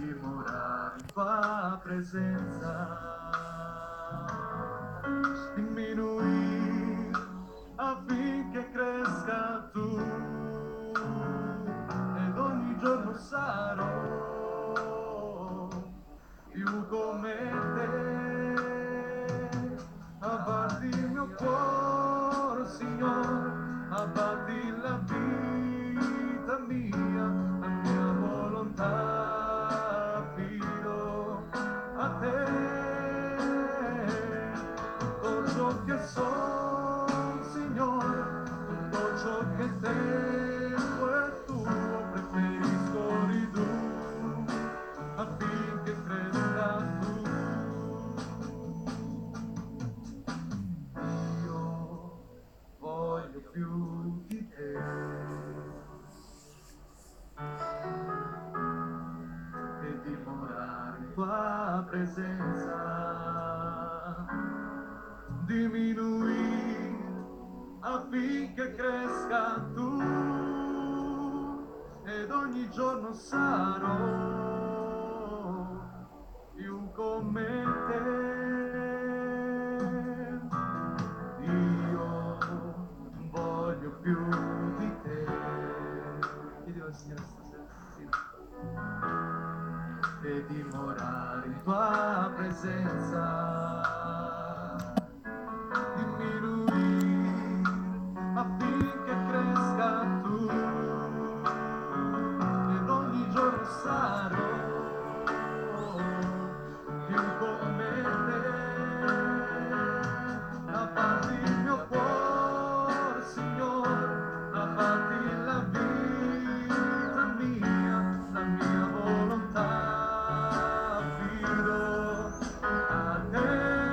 dimorare in tua presenza, diminuire affinché cresca tu, ed ogni giorno sarò più come te. Abbatti il mio cuore, Signore, abbatti la vita mia, la mia volontà affido a te. Tutto ciò che sono, Signore, tutto ciò che tengo è tuo, preferisco ridurre affinché cresca tu. Io voglio più di te, e dimorare in tua presenza, diminuire affinché cresca tu, ed ogni giorno sarò più come te. Io voglio più di te. Chiedilo al Signore stasera, sì. E dimorare in tua presenza, diminuire affinché cresca tu, ed ogni giorno sarò più come te. Abbatti il mio cuore, Signore, abbatti la vita mia, la mia volontà affido a te.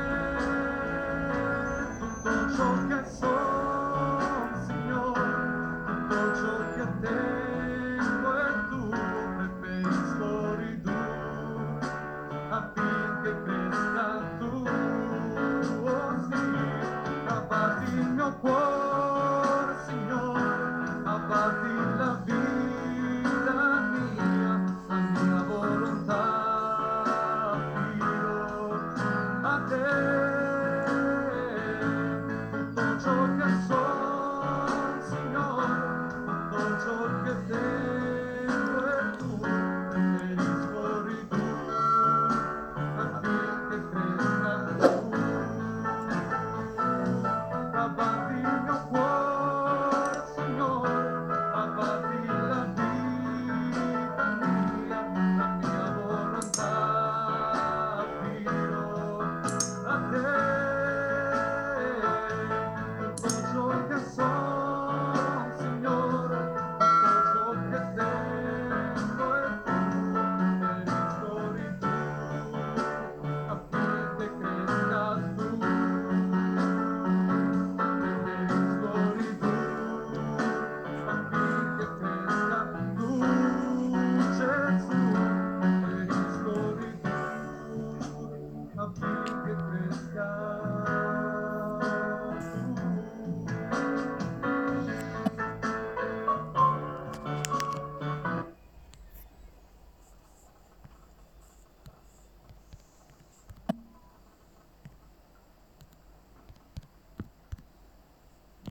Tutto ciò che sono, Signore, tutto ciò che tengo è tuo, preferisco ridurre affinché cresca tu. Oh sì, abbatti il mio cuore,